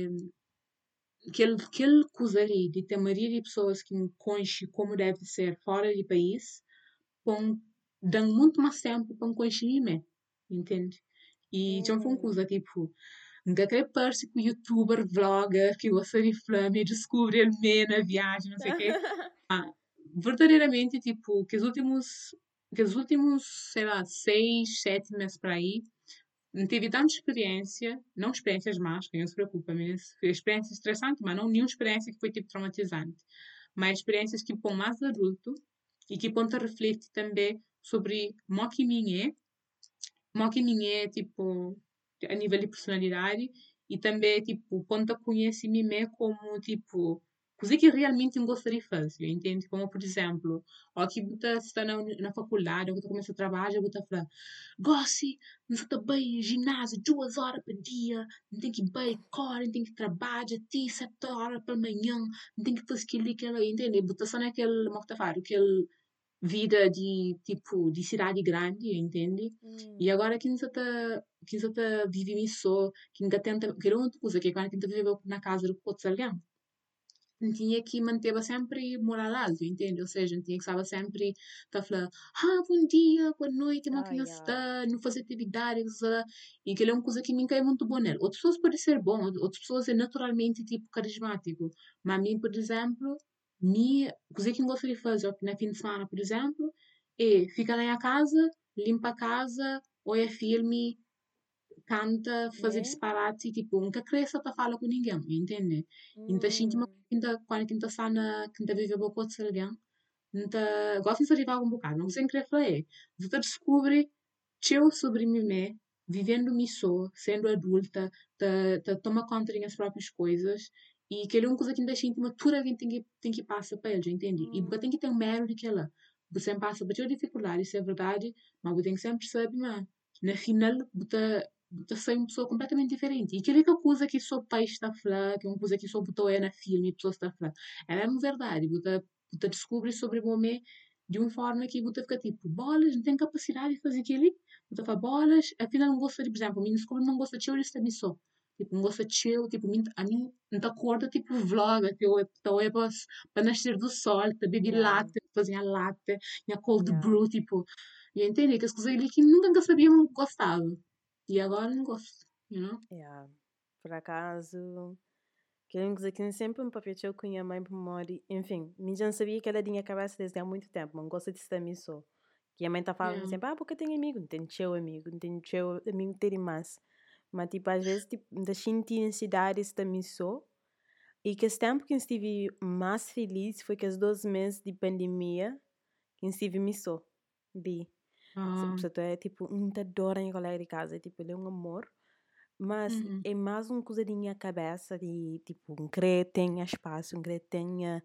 Aquele coisa ali de ter a maioria de pessoas que me conhecem como deve ser fora do país, dão muito mais tempo para me conhecer, né? Entende? E já foi uma coisa, tipo, nunca querer parecer com o youtuber, vlogger, que gosta de flame e descobre ele meio na viagem, não sei o quê. Verdadeiramente, tipo, que os últimos, sei lá, 6, 7 meses para aí, não tive tanta experiência, não experiências más, quem não se preocupa, mas foi experiência estressante, mas não nenhuma experiência que foi tipo traumatizante. Mas experiências que para um mais adulto e que ponto a refletir também sobre o que é tipo a nível de personalidade e também tipo ponto a conhecer-me como tipo coisa que realmente eu gostaria de fazer, entende? Como por exemplo, ó que você está na faculdade, ou que começa a trabalhar, você fala, goste, não está bem, ginásio 2 horas por dia, não tem que ir bem, corre, tem que trabalhar, até 7 horas pela manhã, não tem que fazer aquilo, entende? Você só naquele, como é que tá falando, aquele vida de tipo de cidade grande, entende? E agora quem só tá vive isso, quem ainda tenta, que era outra coisa que é quando quem tá vive na casa do outro alguém, tinha que manter sempre moral alto, entende? Ou seja, tinha que estava sempre tá falando, bom dia, boa noite, como que Yeah. está, não fazer atividades, e que é uma coisa que me cai muito bom nele. Outras pessoas podem ser bom, outras pessoas é naturalmente tipo carismático, mas a mim, por exemplo, coisa que eu gosto de fazer ó, na fim de semana, por exemplo, é ficar lá em casa, limpa a casa, olha filme, canta, fazer Yeah. disparate, tipo, nunca cresça para falar com ninguém, entende? Então, sinto quando quinta está na, quinta vive boa com alguém, gosto de arribar um bocado, não sei o que querer falar, você descobre eu sobre mim mesmo, vivendo me só, sendo adulta, toma conta das minhas próprias coisas, e que é uma coisa que ainda sinto matura, alguém tem que passar para eles, entende? E porque tem que ter um mero de que ela, você passa por dificuldade, isso é verdade, mas você tem que sempre saber, mas na final, você sai uma pessoa completamente diferente. E aquela coisa que só o pai está a falar, que é uma coisa que só botou é na filme e a pessoa está a falar, ela é uma verdade, você descobre sobre o homem de uma forma que você fica tipo, bolas, não tem capacidade de fazer aquilo. Você fala, bolas, afinal não gosta de, por exemplo, a mim descobre não gosta de chill, isso também só. Tipo, não gosta de chill, tipo, a mim não te acorda, tipo, vlog, eu é para nascer do sol, para beber Yeah. latte, fazer a latte, e a cold Yeah. brew, tipo, e entende que as coisas ali que nunca sabia que gostava. E agora não gosto, you know? Yeah. Por acaso, queremos dizer que sempre um papel com a mãe por mori. Enfim, me já não sabia que ela tinha cabeça desde há muito tempo, mas gosta de estar só. Que a mãe tá falando Yeah. sempre, porque tem amigo, não tem teu amigo, não tem teu amigo ter mais. Mas, tipo, às vezes, tipo, da senti necessidade de estar só. E que esse tempo que eu estive mais feliz foi que os 12 meses de pandemia que eu estive só. De. Um, Você é, tipo, muita dor em colega de casa, tipo, ele é um amor. Mas uhum, é mais uma coisa da minha cabeça de, tipo, um querer tenha espaço, um querer tenha...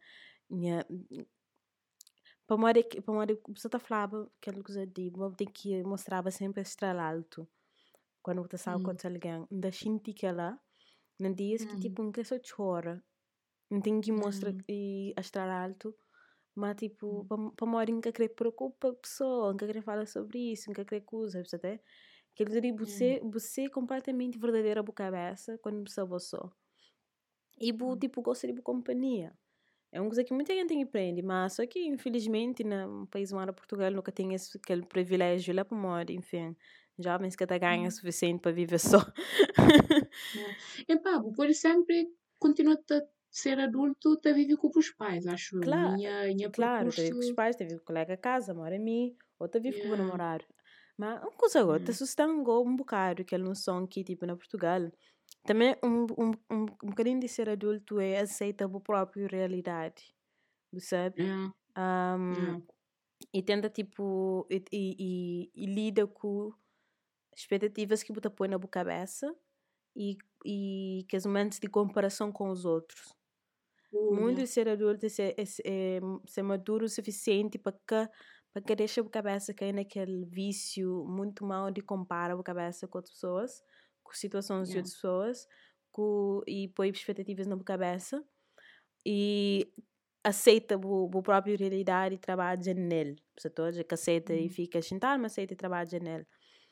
Para modo que você tá falando, aquela coisa de, eu tenho que mostrava sempre estrela alto. Quando você sabe uhum, quando alguém, ainda senti que ela, não dias que, uhum, tipo, não quer só chora. Não tem que mostrar uhum, e estrela alto. Mas, tipo, uhum, para modo nunca querer preocupar a pessoa, nunca querer falar sobre isso, nunca querer coisa, você até? Quer dizer, uhum, você é completamente verdadeira para a cabeça quando você só. E, tipo, gosta de companhia. É uma coisa que muita gente aprende, mas só que, infelizmente, no país como Portugal, nunca tem aquele privilégio lá para morar, enfim. Jovens que até ganham o uhum. suficiente para viver só. Yeah. Epá, por sempre continua a ser adulto, a viver com os pais, acho eu. Claro, Minha claro, teve com os percurso. pais, teve com o colega a casa, mora a mim, outra vive com o Yeah, namorado. Mas uma coisa outra, yeah, sustangou um bocado aquela noção aqui, tipo, na Portugal. Também um bocadinho de ser adulto é aceitar a própria realidade, sabe? yeah, Um, yeah. e tenta, tipo, e lida com expectativas que você põe na tua cabeça e que as momentos de comparação com os outros. Yeah. Muito ser adulto ser maduro o suficiente para que deixe a cabeça cair naquele vício muito mal de comparar a cabeça com outras pessoas, com situações de Yeah. outras pessoas, e põe expectativas na cabeça e aceita a própria realidade e trabalha nele. Você toda que aceita e Uhum. fica sentado, mas aceita e trabalha nele.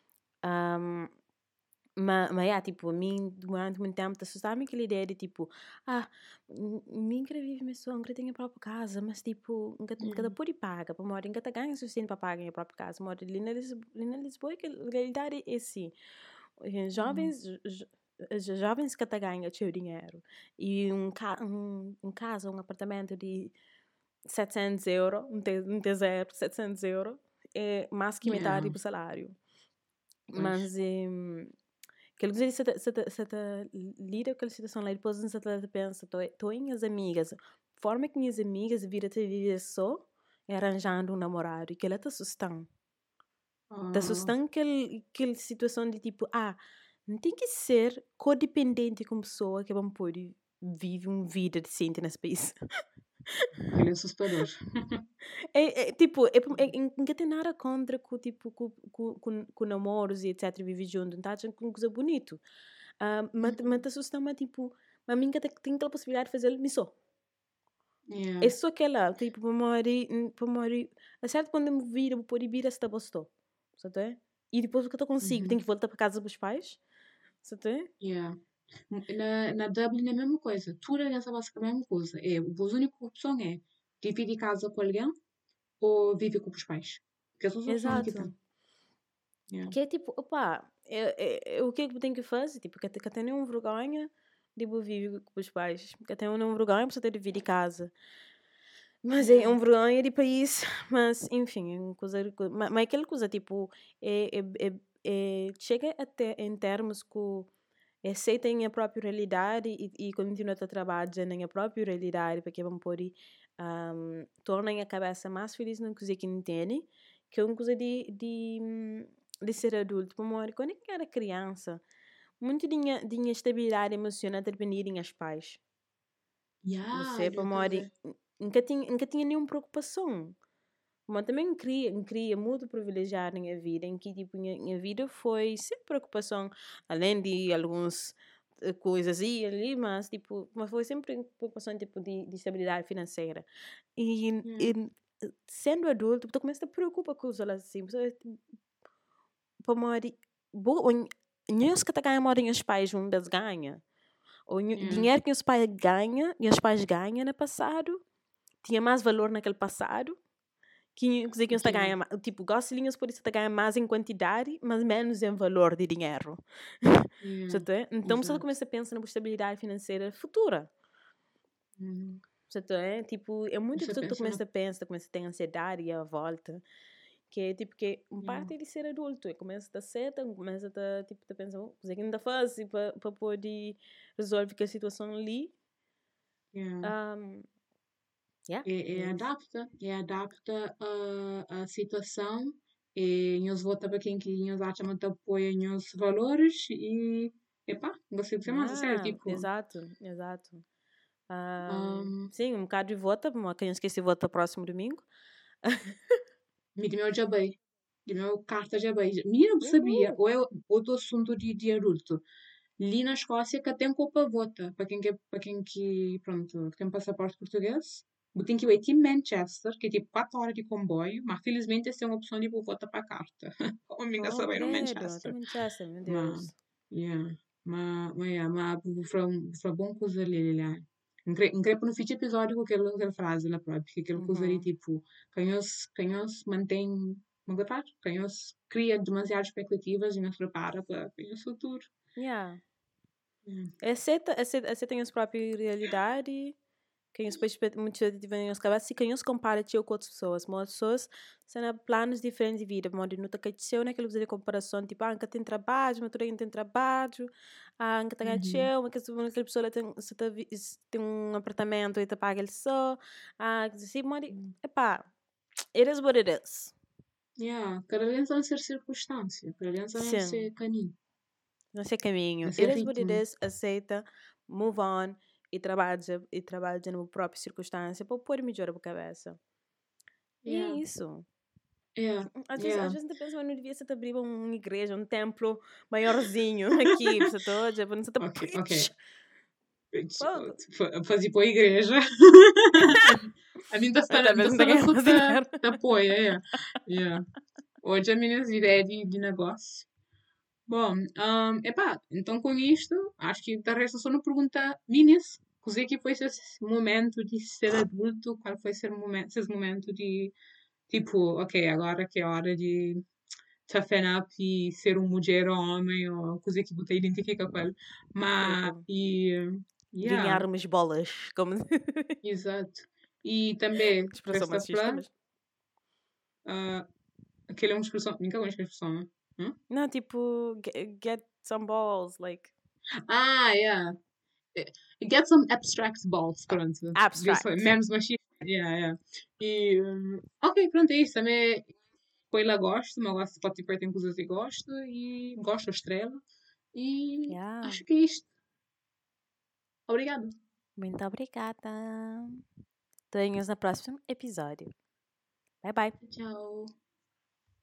Mas, tipo, a mim, durante muito tempo, assustava-me aquela ideia de, tipo, mim queria viver minha sonho, queria ter a minha própria casa, mas, tipo, nunca Yeah. pode pagar para morar, nunca ganha o suficiente para pagar a minha própria casa. Moro ali na Lisboa, que a realidade é assim. Uhum. Jovens que até ganham seu dinheiro e um casa, um apartamento de 700 euros, um T0, 700 euros, é mais que metade Yeah. do salário. Pois. Mas, Aquele dia você lida com aquela situação lá e depois você pensa, tô em as amigas. A forma que minhas amigas viram te viver só é arranjando um namorado e que ela te assustam. Te assustam aquela situação de tipo, não tem que ser codependente com pessoa que vão poder viver uma vida decente nesse país. Aquele é assustador. Tipo, nunca tem nada contra com namoros e etc, viver junto, tá? Achando que é uma coisa bonito. Mas te assusta, mas tipo, a mim que tem aquela possibilidade de fazer missão. Yeah. É só aquela, tipo, para morrer, a certo quando eu me vira, eu poder vir esta postou, sabe? E depois o que eu consigo, tenho que voltar para casa dos pais, sabe? Yeah. Na Dublin é a mesma coisa. Tudo é basicamente a mesma coisa. A única opção é dividir casa com alguém ou viver com os pais. Porque essas são as opções que Exato. tem. Yeah. Que é tipo, opa, o que é que eu tenho que fazer? Tipo, que até nenhum vergonha de eu viver com os pais. Que até nenhum vergonha para ter de vir de casa. Mas é um vergonha de país. Mas, enfim, é uma coisa. Mas aquela coisa, tipo, chega até em termos que aceitem a própria realidade e continuam a trabalhar na própria realidade para que vão poder tornem a cabeça mais feliz na coisa que entendem, que é uma coisa de ser adulto. Quando eu era criança, muito de estabilidade emocional dependia dos pais. Yeah, Você, nunca tinha nenhuma preocupação. Mas também queria muito privilegiar a minha vida, em que tipo, minha vida foi sem preocupação, além de algumas coisas e ali, mas tipo, mas foi sempre preocupação tipo de estabilidade financeira. E sendo adulto, tu começa a te preocupar com coisas assim, para morrer, não que tá ganhando mais os pais um das ganha, ou dinheiro que os pais ganham no passado tinha mais valor naquele passado que está ganhando, tipo, gasolina por isso está ganhando mais em quantidade, mas menos em valor de dinheiro. Então você começa a pensar na estabilidade financeira futura. Tipo, é muito que tu começa a pensar, começa a ter ansiedade à volta, que é tipo que parte de ser adulto, começa a ser, começa a tipo a pensar, o que ainda faz para poder resolver aquela situação ali. Adapta a situação e nós vota para quem que nós achamos que apoia os valores e gostei de ser mais a sério, tipo. Exato. Sim, um bocado de vota, mas quem esquece vota próximo domingo. Me deu já bem. De meu carta já bem. Menina, não sabia. Ou é outro assunto de adulto. Li na Escócia que tem culpa vota. Para quem que, pronto, que tem passaporte português. Tem que ir em Manchester, que é tipo 4 horas de comboio, mas felizmente essa é uma opção de votar para a carta. Como amiga saber no Manchester. Manchester, meu Deus. Mas foi bom coisa ali, Increpo no fim episódio com aquela frase lá própria, porque aquela coisa ali, tipo, quem os mantém, quem os cria demasiadas expectativas e não se prepara para o futuro. Aceitem a própria realidade, quem os muitas vezes as cabeças, e quem os compara com outras pessoas. Mas pessoas têm planos diferentes de vida, mas não está caindo naquela coisa de comparação, tipo, nunca tem trabalho, mas tu não tem trabalho, nunca está caindo, mas aquela pessoa tem um apartamento e te paga ele só, assim, mas, epá, it is what it is. Cada vez vai ser circunstância, cada vez vai ser caminho. Não sei caminho. It is what it is, aceita, move on e trabalha na própria circunstância para pôr melhor a cabeça. E é isso. Às vezes eu penso, mas não devia ser abrir uma igreja, um templo maiorzinho aqui, para todos, para não ser tão preach. Fazer para a igreja. A mim está te apoia, Hoje a minha ideia de negócio. Bom, então com isto, acho que da resta só não pergunta Minis, qual é que foi esse momento de ser adulto, qual foi esse momento de, tipo, ok, agora que é hora de toughen up e ser mulher ou homem, ou coisa que você identifica com ele. Mas, ganhar umas bolas, como... Exato. E também, expressão machista, mas... aquele é uma expressão, nunca é uma expressão, Não, tipo, get some balls, like, Yeah. Get some abstract balls, pronto. abstract. Menos machista. Yeah. E, ok, pronto, é isso. Também Coelho gosto, mas lá Spotify tem coisas que gosto e gosto, estrela. E Yeah. acho que é isto. Obrigada. Muito obrigada. Te vemos no próximo episódio. Bye bye. Tchau.